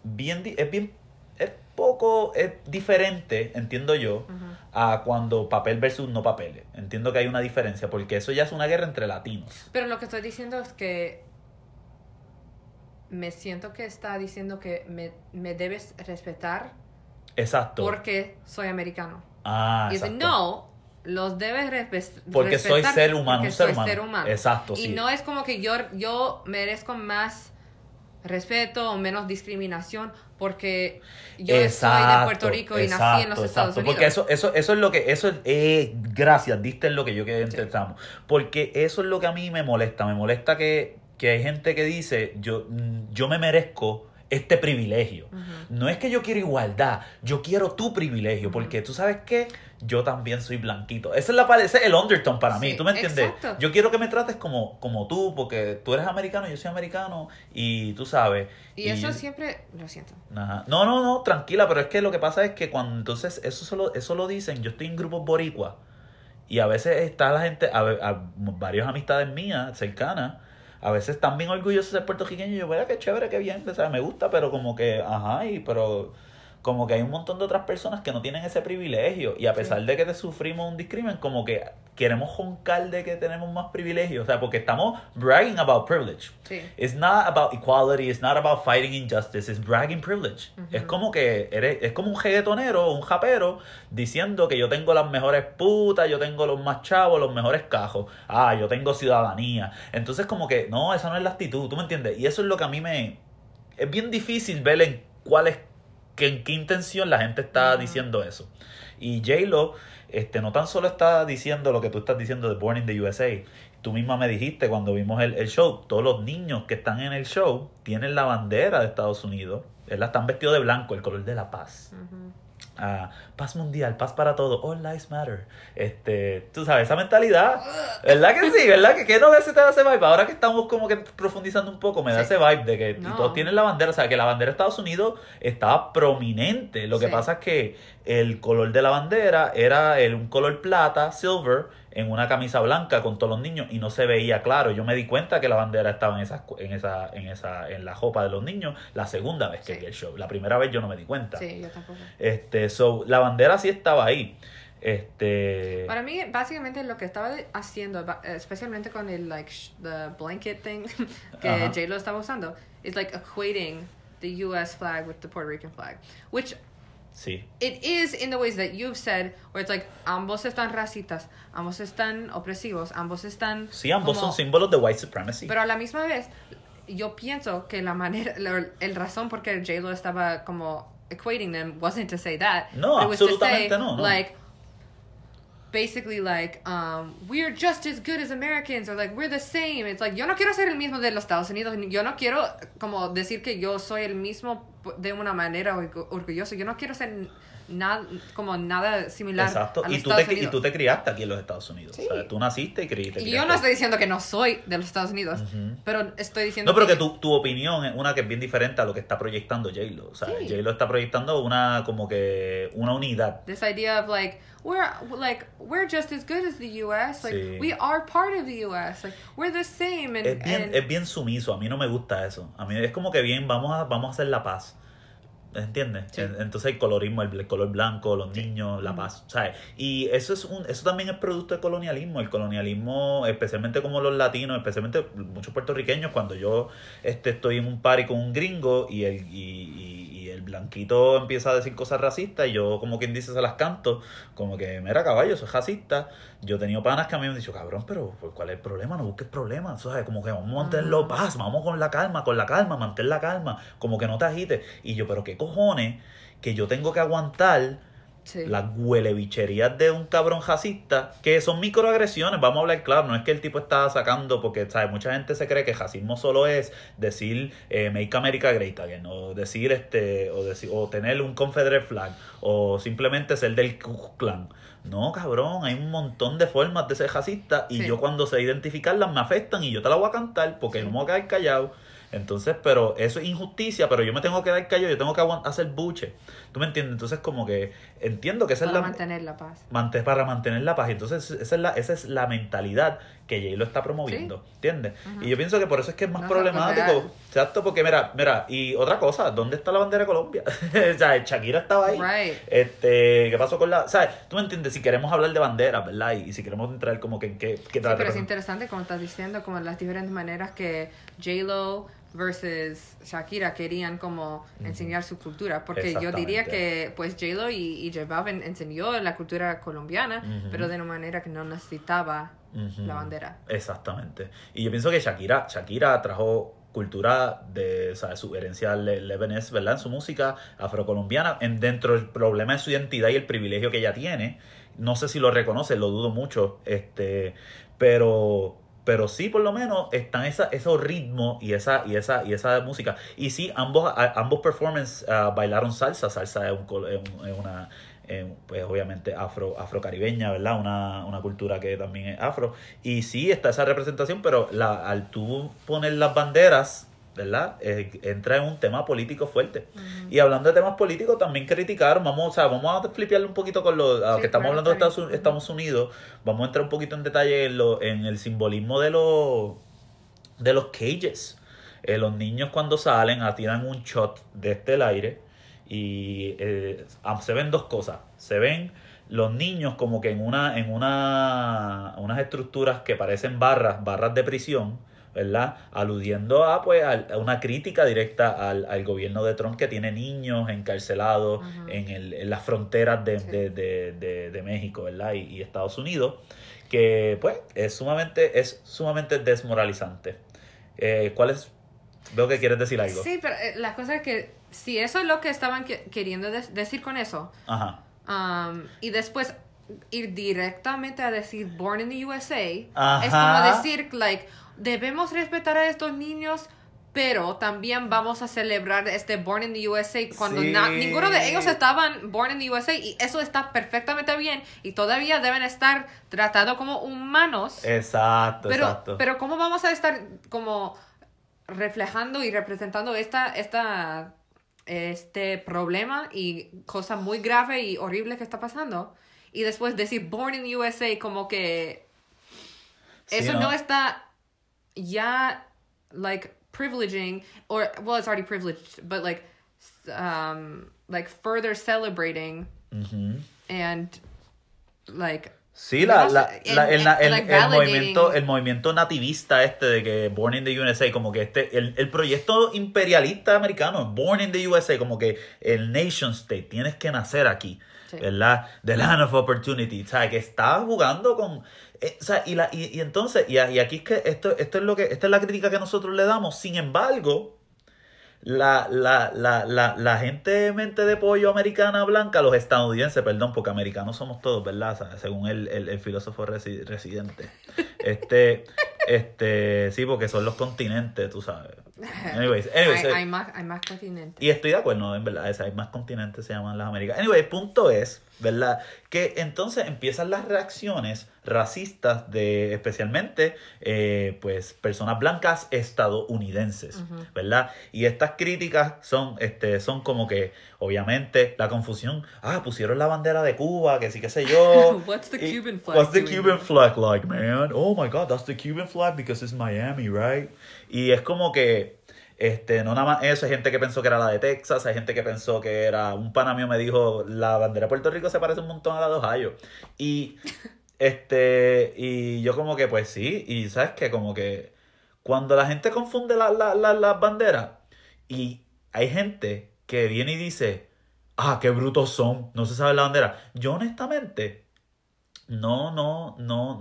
diferente, entiendo yo, a cuando papel versus no papeles. Entiendo que hay una diferencia, porque eso ya es una guerra entre latinos. Pero lo que estoy diciendo es que me siento que está diciendo que me debes respetar. Exacto. Porque soy americano. Ah, y dice, exacto. no, los debes respetar. Porque soy ser humano, porque un ser soy humano. Exacto, y sí. no es como que yo merezco más respeto o menos discriminación porque yo soy de Puerto Rico y nací en los Estados Unidos. Porque eso es lo que, gracias, diste en lo que yo quería intentamos. Porque eso es lo que a mí me molesta que hay gente que dice, yo me merezco este privilegio. No es que yo quiero igualdad, yo quiero tu privilegio, porque tú sabes que yo también soy blanquito. Ese es el undertone para mí, ¿tú me entiendes? Exacto. Yo quiero que me trates como tú, porque tú eres americano, yo soy americano, y tú sabes. Y eso siempre, lo siento. Ajá. No, tranquila, pero es que lo que pasa es que cuando entonces eso lo dicen, yo estoy en grupos boricua, y a veces está la gente, a varias amistades mías cercanas, a veces están bien orgullosos de ser puertorriqueños y yo, vea, qué chévere, qué bien, o sea, me gusta, pero como que, pero como que hay un montón de otras personas que no tienen ese privilegio y a pesar de que te sufrimos un discrimen, como que queremos joncar de que tenemos más privilegios, o sea, porque estamos bragging about privilege. Sí. It's not about equality, it's not about fighting injustice, it's bragging privilege. Es como que es como un reggaetonero o un japero diciendo que yo tengo las mejores putas, yo tengo los más chavos, los mejores cajos, yo tengo ciudadanía. Entonces como que, no, esa no es la actitud, ¿tú me entiendes? Y eso es lo que a mí es bien difícil ver en en qué intención la gente está diciendo eso. Y J-Lo, no tan solo está diciendo lo que tú estás diciendo de Born in the USA. Tú misma me dijiste cuando vimos el show, todos los niños que están en el show tienen la bandera de Estados Unidos. Están vestidos de blanco, el color de la paz. Paz mundial, paz para todos, all lives matter. Tú sabes, esa mentalidad, ¿verdad que sí? ¿Verdad que no se te da ese vibe? Ahora que estamos como que profundizando un poco, me da ese vibe de que todos tienen la bandera, o sea, que la bandera de Estados Unidos estaba prominente. Lo que pasa es que el color de la bandera era un color plata, silver, en una camisa blanca con todos los niños y no se veía claro. Yo me di cuenta que la bandera estaba en la ropa de los niños la segunda vez que vi el show. La primera vez yo no me di cuenta. Sí, yo tampoco. La bandera sí estaba ahí. Para mí, básicamente lo que estaba haciendo, especialmente con el the blanket thing que J-Lo estaba usando, is like equating the US flag with the Puerto Rican flag, which sí. It is in the ways that you've said, where it's like ambos están racistas, ambos están opresivos, ambos están... Sí, ambos son símbolos de white supremacy. Pero a la misma vez, yo pienso que el razón por qué J-Lo estaba como equating them wasn't to say that. No, absolutamente say, no. Like, basically like, we're just as good as Americans, or like, we're the same. It's like, yo no quiero ser el mismo de los Estados Unidos. Yo no quiero como decir que yo soy el mismo de una manera orgullosa. Yo no quiero ser nada similar Exacto. a los Estados Unidos. Y tú te criaste aquí en los Estados Unidos. Sí. O sea, tú naciste y criaste. Y yo no estoy diciendo que no soy de los Estados Unidos, pero estoy diciendo no, pero que tu opinión es una que es bien diferente a lo que está proyectando J-Lo. O sea, J-Lo está proyectando una unidad. This idea of we're just as good as the US. Like, sí. we are part of the US. Like, we're the same. Es bien sumiso. A mí no me gusta eso. A mí es como que bien, vamos a hacer la paz. ¿Entiendes? Sí. Entonces el colorismo, el color blanco, los niños, la paz, ¿sabes? Y eso también es producto del colonialismo. El colonialismo, especialmente como los latinos, especialmente muchos puertorriqueños, cuando yo estoy en un party con un gringo y el blanquito empieza a decir cosas racistas y yo, como quien dice, se las canto, como que, mira, caballo, soy racista. Yo he tenido panas que a mí me han dicho, cabrón, pero ¿cuál es el problema? No busques problemas, ¿sabes? Como que vamos a mantenerlo paz, vamos con la calma, mantén la calma, como que no te agites. Y yo, pero qué cojones que yo tengo que aguantar las huelebicherías de un cabrón racista, que son microagresiones, vamos a hablar claro, no es que el tipo está sacando, porque ¿sabes? Mucha gente se cree que racismo solo es decir Make America Great Again, o decir o tener un Confederate flag, o simplemente ser del Ku Klux Klan. No, cabrón, hay un montón de formas de ser racista y yo cuando sé identificarlas me afectan y yo te las voy a cantar porque no me voy a quedar callado. Entonces, pero eso es injusticia, pero yo me tengo que dar callo, yo tengo que hacer buche. ¿Tú me entiendes? Entonces, como que entiendo que esa Para es la... mantener la paz. Para mantener la paz. Entonces, esa es la mentalidad que J lo está promoviendo. Sí. ¿Entiendes? Y yo pienso que por eso es que es más No, problemático. real. Exacto, porque mira, y otra cosa, ¿dónde está la bandera de Colombia? O sea, Shakira estaba ahí. Right. ¿Qué pasó con la...? ¿Sabes? Tú me entiendes, si queremos hablar de banderas, ¿verdad? Y si queremos entrar como que en qué Sí, pero es interesante como estás diciendo, como las diferentes maneras que J-Lo versus Shakira querían como enseñar su cultura, porque yo diría que pues J-Lo y J Balvin enseñó la cultura colombiana, pero de una manera que no necesitaba la bandera. Exactamente. Y yo pienso que Shakira trajo cultura de, o sea, su herencia lebanés, ¿verdad? En su música afrocolombiana, dentro del problema de su identidad y el privilegio que ella tiene. No sé si lo reconoce, lo dudo mucho, pero sí, por lo menos están esos ritmos y esa música. Y sí, ambos performances bailaron salsa. Salsa es una pues obviamente afrocaribeña, ¿verdad? Una cultura que también es afro. Y sí, está esa representación, pero al tú poner las banderas, ¿verdad? Entra en un tema político fuerte. Y hablando de temas políticos, también criticaron, vamos a flipearle un poquito con lo que estamos hablando de Estados Unidos, vamos a entrar un poquito en detalle en el simbolismo de los cages. Los niños cuando salen tiran un shot desde el aire y se ven dos cosas. Se ven los niños como que en unas estructuras que parecen barras de prisión, ¿verdad? Aludiendo a una crítica directa al gobierno de Trump, que tiene niños encarcelados en las fronteras de México, ¿verdad? Y Estados Unidos, que pues es sumamente desmoralizante. Veo que quieres decir algo. Sí, pero la cosa es que si eso es lo que estaban queriendo decir con eso, Ajá. Y después ir directamente a decir Born in the USA, Ajá. es como decir, like, debemos respetar a estos niños, pero también vamos a celebrar Born in the USA cuando ninguno de ellos estaban Born in the USA, y eso está perfectamente bien y todavía deben estar tratados como humanos. Exacto. Pero ¿cómo vamos a estar como reflejando y representando este problema y cosa muy grave y horrible que está pasando, y después decir Born in the USA como que eso no está ya like privileging, or well, it's already privileged, but like further celebrating and like sí, el movimiento nativista de que Born in the USA, como que el proyecto imperialista americano, Born in the USA, como que el nation state, tienes que nacer aquí, sí, ¿verdad? The land of opportunity, o sea, que está jugando con... o sea, y entonces, y aquí es que esta es la crítica que nosotros le damos. Sin embargo, la gente mente de pollo americana blanca, los estadounidenses, perdón, porque americanos somos todos, ¿verdad? O sea, según el filósofo residente. Sí, porque son los continentes, tú sabes. Anyways, hay más continentes. Y estoy de acuerdo, en verdad, hay más continentes, se llaman las Américas. Anyway, el punto es, ¿verdad? Que entonces empiezan las reacciones racistas de especialmente pues personas blancas estadounidenses, ¿verdad? Y estas críticas son como que obviamente la confusión, pusieron la bandera de Cuba, que sí, qué sé yo. What's the Cuban flag? What's the Cuban flag like, man? Oh my God, that's the Cuban flag because it's Miami, right? Y es como que no nada más eso, hay gente que pensó que era la de Texas, hay gente que pensó que era, un pana mío me dijo, la bandera de Puerto Rico se parece un montón a la de Ohio. Y y yo como que pues sí, y sabes que como que cuando la gente confunde las banderas, y hay gente que viene y dice, qué brutos son, no se sabe la bandera. Yo honestamente no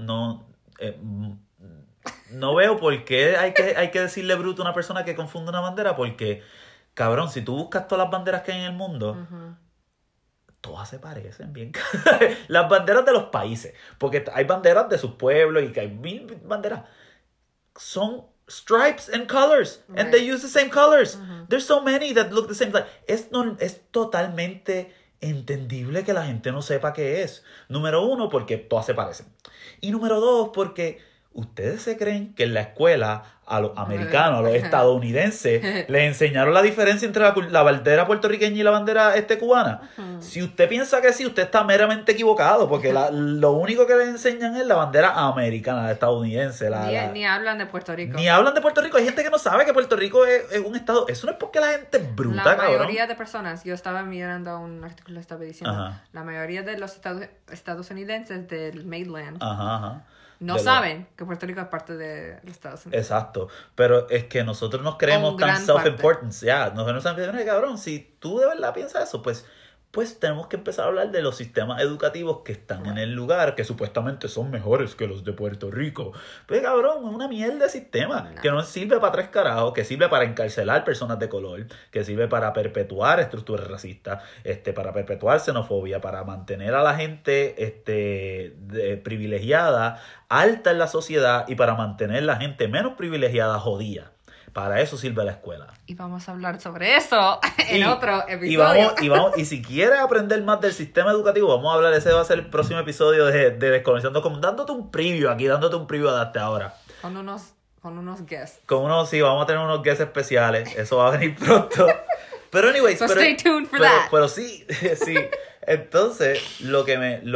veo por qué hay que decirle bruto a una persona que confunde una bandera, porque, cabrón, si tú buscas todas las banderas que hay en el mundo, todas se parecen bien. Las banderas de los países, porque hay banderas de sus pueblos y que hay mil banderas, son stripes and colors, and they use the same colors. There's so many that look the same. Like, es totalmente entendible que la gente no sepa qué es. Número uno, porque todas se parecen. Y número dos, porque ¿Ustedes se creen que en la escuela a los americanos, a los estadounidenses, les enseñaron la diferencia entre la bandera puertorriqueña y la bandera cubana? Si usted piensa que sí, usted está meramente equivocado, porque lo único que les enseñan es la bandera americana, la estadounidense. Ni hablan de Puerto Rico. Ni hablan de Puerto Rico. Hay gente que no sabe que Puerto Rico es un estado. Eso no es porque la gente es bruta, La cabrón. mayoría de personas, yo estaba mirando un artículo que estaba diciendo, la mayoría de los estadounidenses del mainland no saben que Puerto Rico es parte de los Estados Unidos. Exacto, pero es que nosotros nos creemos tan self-important. Nosotros sabemos, cabrón, si tú de verdad piensas eso, pues tenemos que empezar a hablar de los sistemas educativos que están en el lugar, que supuestamente son mejores que los de Puerto Rico. Pues cabrón, es una mierda de sistema que no sirve para tres carajos, que sirve para encarcelar personas de color, que sirve para perpetuar estructuras racistas, para perpetuar xenofobia, para mantener a la gente privilegiada alta en la sociedad y para mantener la gente menos privilegiada jodida. Para eso sirve la escuela. Y vamos a hablar sobre eso en otro episodio. Y si quieres aprender más del sistema educativo, vamos a hablar, ese va a ser el próximo episodio de Descolonizando, como dándote un preview hasta ahora. Con unos guests. Sí, vamos a tener unos guests especiales. Eso va a venir pronto. Pero anyways, stay tuned for that. Pero sí. Entonces, lo que me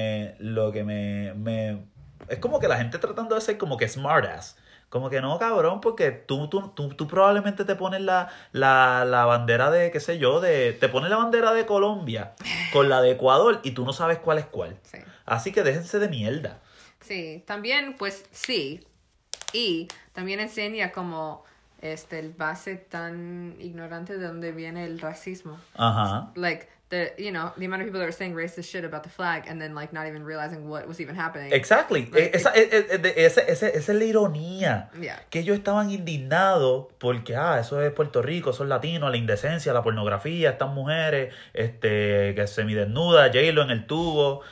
es como que la gente tratando de ser como que smartass. Como que no, cabrón, porque tú probablemente te pones la bandera de, qué sé yo, te pones la bandera de Colombia con la de Ecuador y tú no sabes cuál es cuál. Sí. Así que déjense de mierda. Sí, también, pues, sí. Y también enseña como el base tan ignorante de donde viene el racismo. Ajá. Like, the amount of people that are saying racist shit about the flag and then, like, not even realizing what was even happening. Exactly. Like, esa es la ironía. Yeah. Que ellos estaban indignados porque, eso es Puerto Rico, son latinos, la indecencia, la pornografía, estas mujeres, que semidesnudas, J-Lo en el tubo,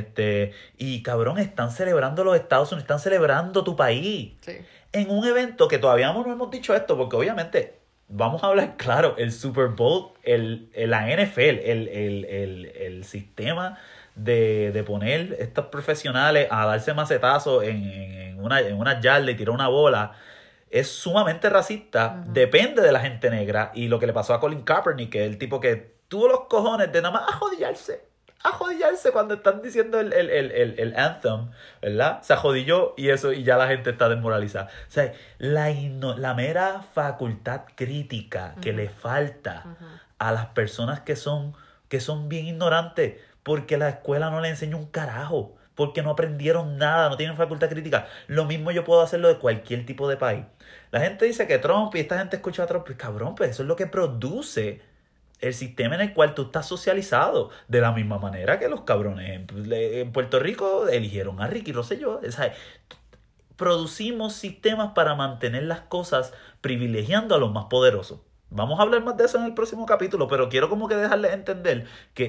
y cabrón, están celebrando los Estados Unidos, están celebrando tu país. Sí. En un evento que todavía no hemos dicho esto, porque obviamente... Vamos a hablar claro, el Super Bowl, la NFL, el sistema de poner estos profesionales a darse macetazos en una yarda y tirar una bola, es sumamente racista, depende de la gente negra, y lo que le pasó a Colin Kaepernick, que es el tipo que tuvo los cojones de nada más ajodillarse cuando están diciendo el anthem, ¿verdad? Se ajodilló y ya la gente está desmoralizada. O sea, la mera facultad crítica que le falta a las personas que son bien ignorantes, porque la escuela no le enseña un carajo, porque no aprendieron nada, no tienen facultad crítica. Lo mismo yo puedo hacerlo de cualquier tipo de país. La gente dice que Trump, y esta gente escucha a Trump, pues cabrón, pues eso es lo que produce el sistema en el cual tú estás socializado. De la misma manera que los cabrones en Puerto Rico eligieron a Ricky Rosselló. Producimos sistemas para mantener las cosas privilegiando a los más poderosos. Vamos a hablar más de eso en el próximo capítulo, pero quiero como que dejarles entender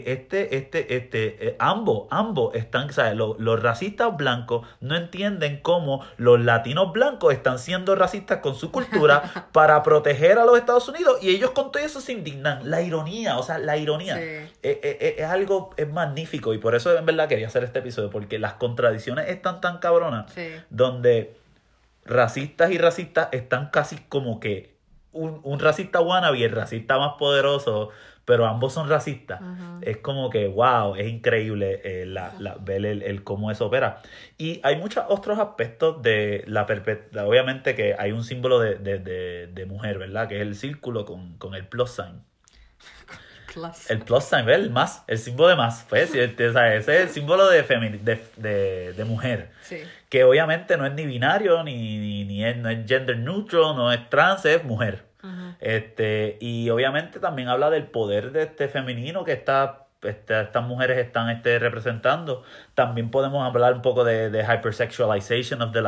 que ambos están, ¿sabes? Los racistas blancos no entienden cómo los latinos blancos están siendo racistas con su cultura para proteger a los Estados Unidos, y ellos con todo eso se indignan. La ironía Sí. es algo, es magnífico, y por eso en verdad quería hacer este episodio, porque las contradicciones están tan cabronas, donde racistas y racistas están casi como que un racista wannabe y el racista más poderoso, pero ambos son racistas. Es como que, wow, es increíble ver el cómo eso opera. Y hay muchos otros aspectos de obviamente que hay un símbolo de mujer, ¿verdad? Que es el círculo con el plus sign. El plus sign, ¿ves? El más, el símbolo de más. Pues, ese es el símbolo de mujer. Sí. Que obviamente no es ni binario, ni no es gender neutral, no es trans, es mujer. Y obviamente también habla del poder de femenino que estas mujeres están representando. También podemos hablar un poco de hypersexualization of the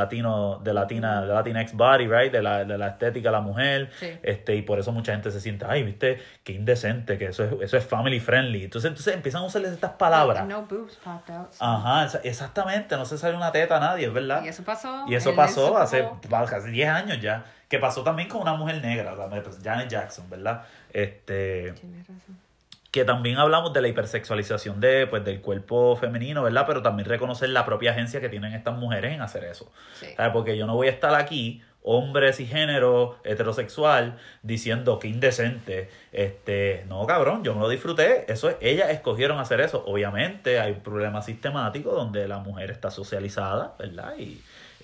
Latinx body, right? De la estética de la mujer. Sí. Y por eso mucha gente se siente, ay, viste, qué indecente, que eso es family friendly. Entonces empiezan a usarles estas palabras. No boobs popped out. Ajá, exactamente, no se sale una teta a nadie, ¿verdad? Y eso pasó. Hace casi 10 años ya. Que pasó también con una mujer negra, Janet Jackson, ¿verdad? Tienes razón. que también hablamos de la hipersexualización del cuerpo femenino, ¿verdad? Pero también reconocer la propia agencia que tienen estas mujeres en hacer eso. Sí. ¿Sabes? Porque yo no voy a estar aquí, hombre cisgénero, heterosexual, diciendo que indecente. No, cabrón, yo me lo disfruté. Ellas escogieron hacer eso. Obviamente hay un problema sistemático donde la mujer está socializada, ¿verdad? Y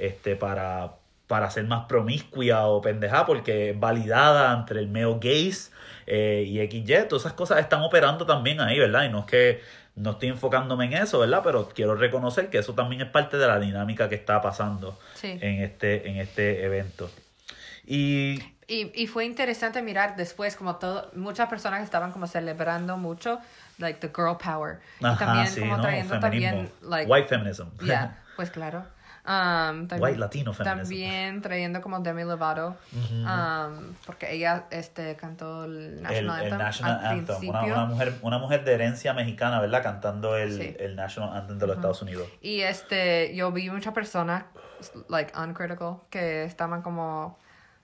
para ser más promiscua o pendeja, porque es validada entre el male gaze y XY, todas esas cosas están operando también ahí, ¿verdad? Y no es que no estoy enfocándome en eso, ¿verdad? Pero quiero reconocer que eso también es parte de la dinámica que está pasando en este evento. Y fue interesante mirar después como muchas personas estaban como celebrando mucho like the girl power. Ajá, y también sí, como trayendo también like white feminism. Yeah, pues claro. También, white latino feminism. También trayendo como Demi Lovato, porque ella cantó el National Anthem al una mujer de herencia mexicana, ¿verdad? Cantando el National Anthem de los Estados Unidos. Y yo vi muchas personas like uncritical que estaban como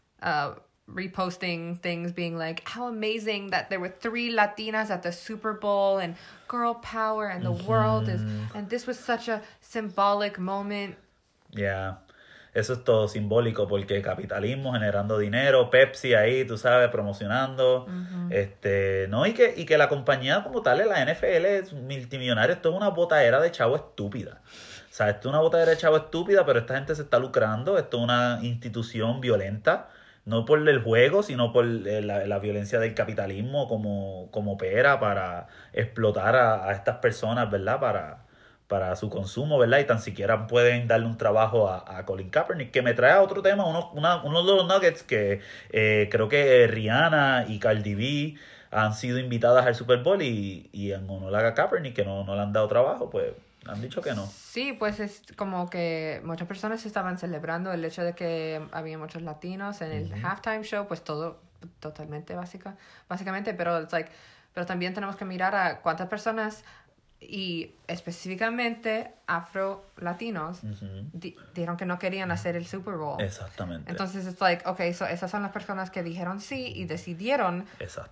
reposting things being like how amazing that there were 3 Latinas at the Super Bowl and girl power and the world and this was such a symbolic moment. Yeah, eso es todo simbólico porque capitalismo generando dinero, Pepsi ahí, tú sabes, promocionando, no, y que la compañía como tal, la NFL es multimillonaria, esto es una botadera de chavo estúpida. O sea, esto es una botadera de chavo estúpida, pero esta gente se está lucrando, esto es una institución violenta, no por el juego, sino por la violencia del capitalismo como opera para explotar a estas personas, ¿verdad? Para su consumo, ¿verdad? Y tan siquiera pueden darle un trabajo a Colin Kaepernick, que me trae a otro tema, uno de los nuggets que creo que Rihanna y Cardi B han sido invitadas al Super Bowl y en honor a Kaepernick, que no le han dado trabajo, pues han dicho que no. Sí, pues es como que muchas personas estaban celebrando el hecho de que había muchos latinos en el halftime show, pues todo totalmente básicamente, pero pero también tenemos que mirar a cuántas personas y específicamente afro-latinos dijeron que no querían hacer el Super Bowl. Exactamente. Entonces it's like, okay, so esas son las personas que dijeron sí y decidieron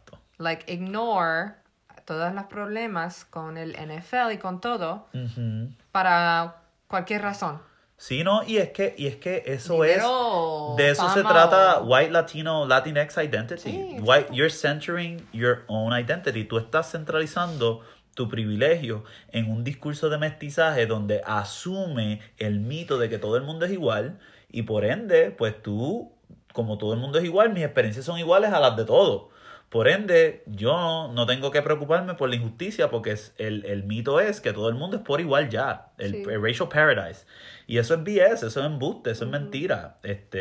ignore todos los problemas con el NFL y con todo para cualquier razón. Sí, no, y es que eso dinero, de eso se trata White Latino, Latinx Identity. Sí, you're centering your own identity. Tú estás centralizando tu privilegio en un discurso de mestizaje donde asume el mito de que todo el mundo es igual y por ende, pues tú, como todo el mundo es igual, mis experiencias son iguales a las de todos. Por ende, yo no tengo que preocuparme por la injusticia porque el mito es que todo el mundo es por igual ya. El racial paradise. Y eso es BS, eso es embuste, eso es mentira.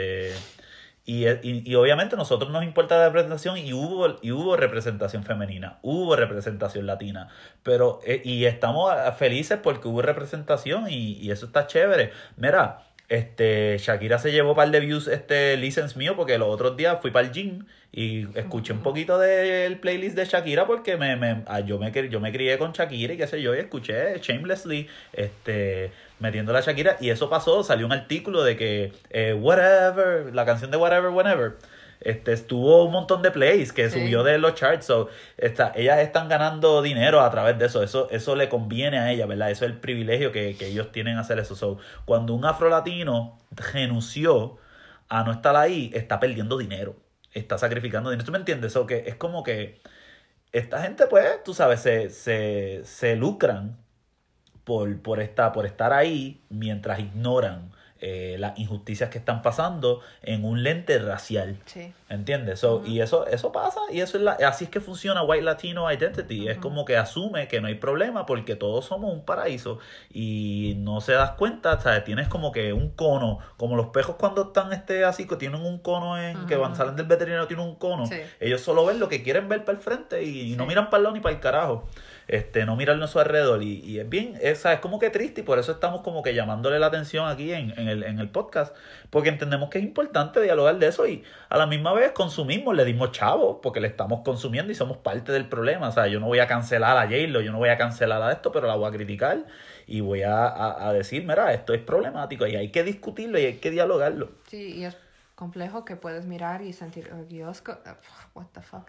Y obviamente a nosotros nos importa la representación y hubo representación femenina, hubo representación latina. Pero y estamos felices porque hubo representación y eso está chévere. Mira, Shakira se llevó un par de views license mío porque los otros días fui para el gym y escuché un poquito del playlist de Shakira porque yo me crié con Shakira y qué sé yo, y escuché Shamelessly metiéndole a Shakira y eso pasó, salió un artículo de que Whatever, la canción de Whatever Whenever estuvo un montón de plays que subió de los charts. So, ellas están ganando dinero a través de eso le conviene a ellas, ¿verdad? Eso es el privilegio que ellos tienen a hacer eso. So, cuando un afrolatino renunció a no estar ahí, está perdiendo dinero, está sacrificando dinero. ¿Tú me entiendes? So, que es como que esta gente, pues, tú sabes, se lucran por estar ahí mientras ignoran las injusticias que están pasando en un lente racial. Sí. ¿Entiendes? Y eso pasa, y así es que funciona White Latino Identity. Es como que asume que no hay problema porque todos somos un paraíso y no se das cuenta, ¿sabes? Tienes como que un cono, como los pejos cuando están así, que tienen un cono que salen del veterinario, tienen un cono. Sí. Ellos solo ven lo que quieren ver para el frente y no miran para el lado ni para el carajo. No miran a su alrededor y es bien, es como que triste y por eso estamos como que llamándole la atención aquí en el podcast, porque entendemos que es importante dialogar de eso y a la misma vez consumimos, le dimos chavo porque le estamos consumiendo y somos parte del problema. O sea, yo no voy a cancelar a J-Lo, yo no voy a cancelar a esto, pero la voy a criticar y voy a decir, mira, esto es problemático y hay que discutirlo y hay que dialogarlo. Sí, y es complejo que puedes mirar y sentir, oh, Dios, what the fuck.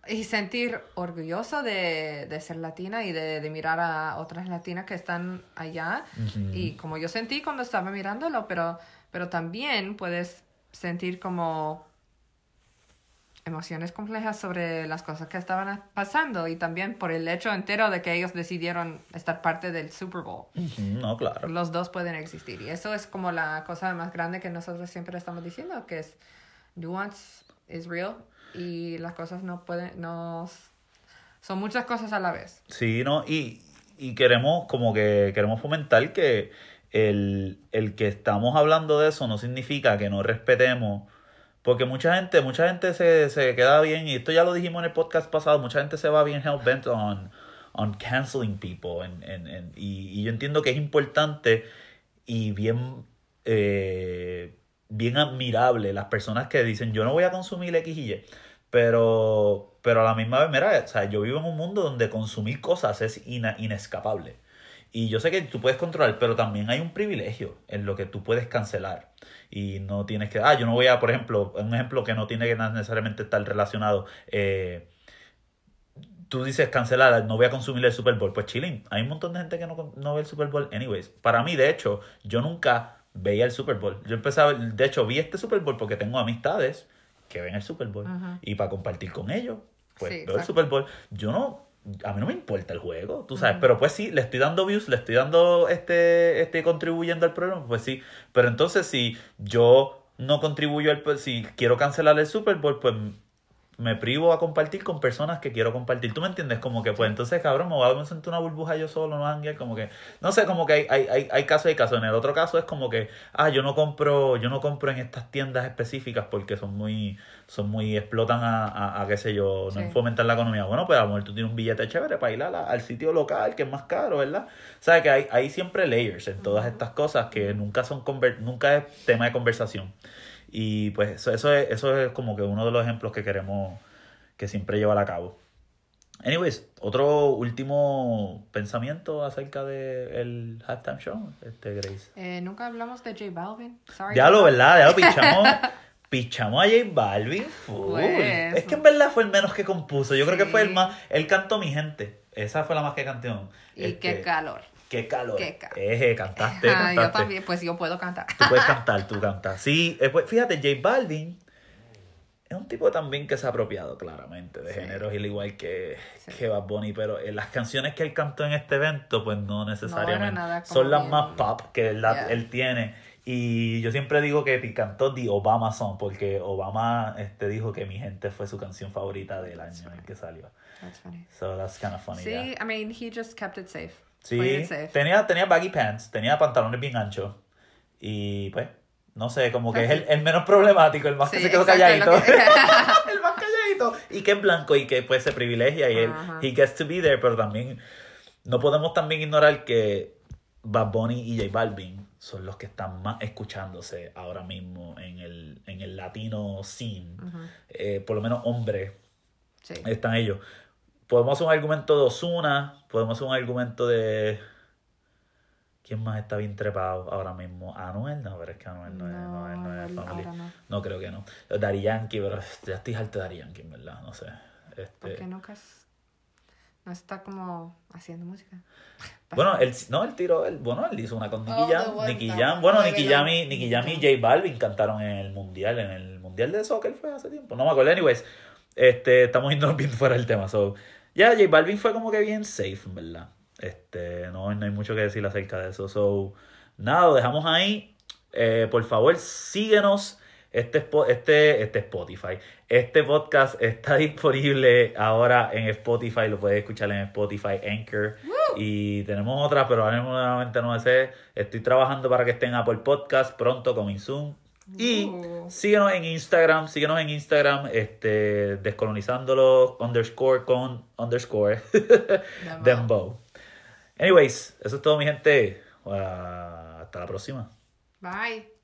Y sentir orgulloso de ser latina y de mirar a otras latinas que están allá. Uh-huh. Y como yo sentí cuando estaba mirándolo, pero también puedes sentir como emociones complejas sobre las cosas que estaban pasando y también por el hecho entero de que ellos decidieron estar parte del Super Bowl. Uh-huh. No, claro. Los dos pueden existir y eso es como la cosa más grande que nosotros siempre estamos diciendo, que es nuance is real y las cosas no son muchas cosas a la vez. Sí, no, y queremos fomentar que el que estamos hablando de eso no significa que no respetemos. Porque mucha gente se queda bien, y esto ya lo dijimos en el podcast pasado, mucha gente se va bien hell-bent on canceling people. Y yo entiendo que es importante y bien admirable las personas que dicen, yo no voy a consumir X y Y. Pero a la misma vez, mira, o sea, yo vivo en un mundo donde consumir cosas es inescapable. Y yo sé que tú puedes controlar, pero también hay un privilegio en lo que tú puedes cancelar. Y no tienes que... yo no voy a, por ejemplo, un ejemplo que no tiene que necesariamente estar relacionado. Tú dices cancelar, no voy a consumir el Super Bowl. Pues chilling, hay un montón de gente que no ve el Super Bowl anyways. Para mí, de hecho, yo nunca veía el Super Bowl. Yo empecé a ver, de hecho, vi este Super Bowl porque tengo amistades que ven el Super Bowl. Uh-huh. Y para compartir con ellos, pues Sí, veo el Super Bowl. A mí no me importa el juego, tú sabes, Uh-huh. pero pues sí, le estoy dando views, le estoy dando contribuyendo al programa, pues sí. Pero entonces si yo no contribuyo si quiero cancelar el Super Bowl, pues me privo a compartir con personas que quiero compartir. ¿Tú me entiendes? Como que, pues entonces, cabrón, me voy a sentar una burbuja yo solo, no hanguear, como que, no sé, como que hay casos y casos. En el otro caso es como que, yo no compro en estas tiendas específicas porque son muy explotan a qué sé yo, no Sí. fomentan la economía. Bueno, pues a lo mejor tú tienes un billete chévere para ir al sitio local, que es más caro, ¿verdad? O sea, que hay siempre layers en todas estas cosas que nunca es tema de conversación. Y pues eso es como que uno de los ejemplos que queremos que siempre llevar a cabo. Anyways, otro último pensamiento acerca del halftime show, Grace. Nunca hablamos de J Balvin. Sorry. Ya lo, ¿verdad? Ya lo pichamos a J Balvin full. Pues, Es que en verdad fue el menos que compuso. Yo creo que fue el más. Él cantó Mi Gente. Esa fue la más que cantó. Y qué calor. Qué calor. Cantaste. Yo también, pues yo puedo cantar. Tú puedes cantar, tú cantas. Sí, pues fíjate, J Balvin es un tipo también que se ha apropiado claramente de géneros, al igual que Bad Bunny, pero las canciones que él cantó en este evento, pues no necesariamente son las más pop que él tiene. Y yo siempre digo que cantó The Obama Song, porque Obama dijo que Mi Gente fue su canción favorita del año en que salió. That's funny. So that's kind of funny. Sí, yeah. I mean, he just kept it safe. Sí, tenía baggy pants, tenía pantalones bien anchos. Y pues, no sé, como que es el menos problemático, el más que se quedó calladito. El más calladito. Y que es blanco y que pues se privilegia y he gets to be there, pero también no podemos también ignorar que Bad Bunny y J Balvin son los que están más escuchándose ahora mismo en el latino scene. Por lo menos hombres están ellos. Podemos hacer un argumento de Ozuna, podemos hacer un argumento de... ¿Quién más está bien trepado ahora mismo? ¿Anuel? No, pero es que Anuel no es family. No, creo que no. Daddy Yankee, pero ya estoy harto de Daddy Yankee, en verdad, no sé. Porque nunca no está como haciendo música. Bueno, él hizo una con Nicky Jam. Nicky Jam. Bueno, Nicky Jam y J Balvin cantaron en el mundial de soccer fue hace tiempo. No me acuerdo, anyways. Estamos yendo bien fuera del tema. So, J Balvin fue como que bien safe, en verdad. No hay mucho que decir acerca de eso. So, nada, lo dejamos ahí. Por favor, síguenos. Spotify. Este podcast está disponible ahora en Spotify. Lo puedes escuchar en Spotify, Anchor. ¡Woo! Y tenemos otra, pero ahora nuevamente no sé. Estoy trabajando para que esté en Apple Podcast pronto, coming soon. Y síguenos en Instagram, descolonizándolo _ Dembow. Anyways, eso es todo, mi gente. Hasta la próxima. Bye.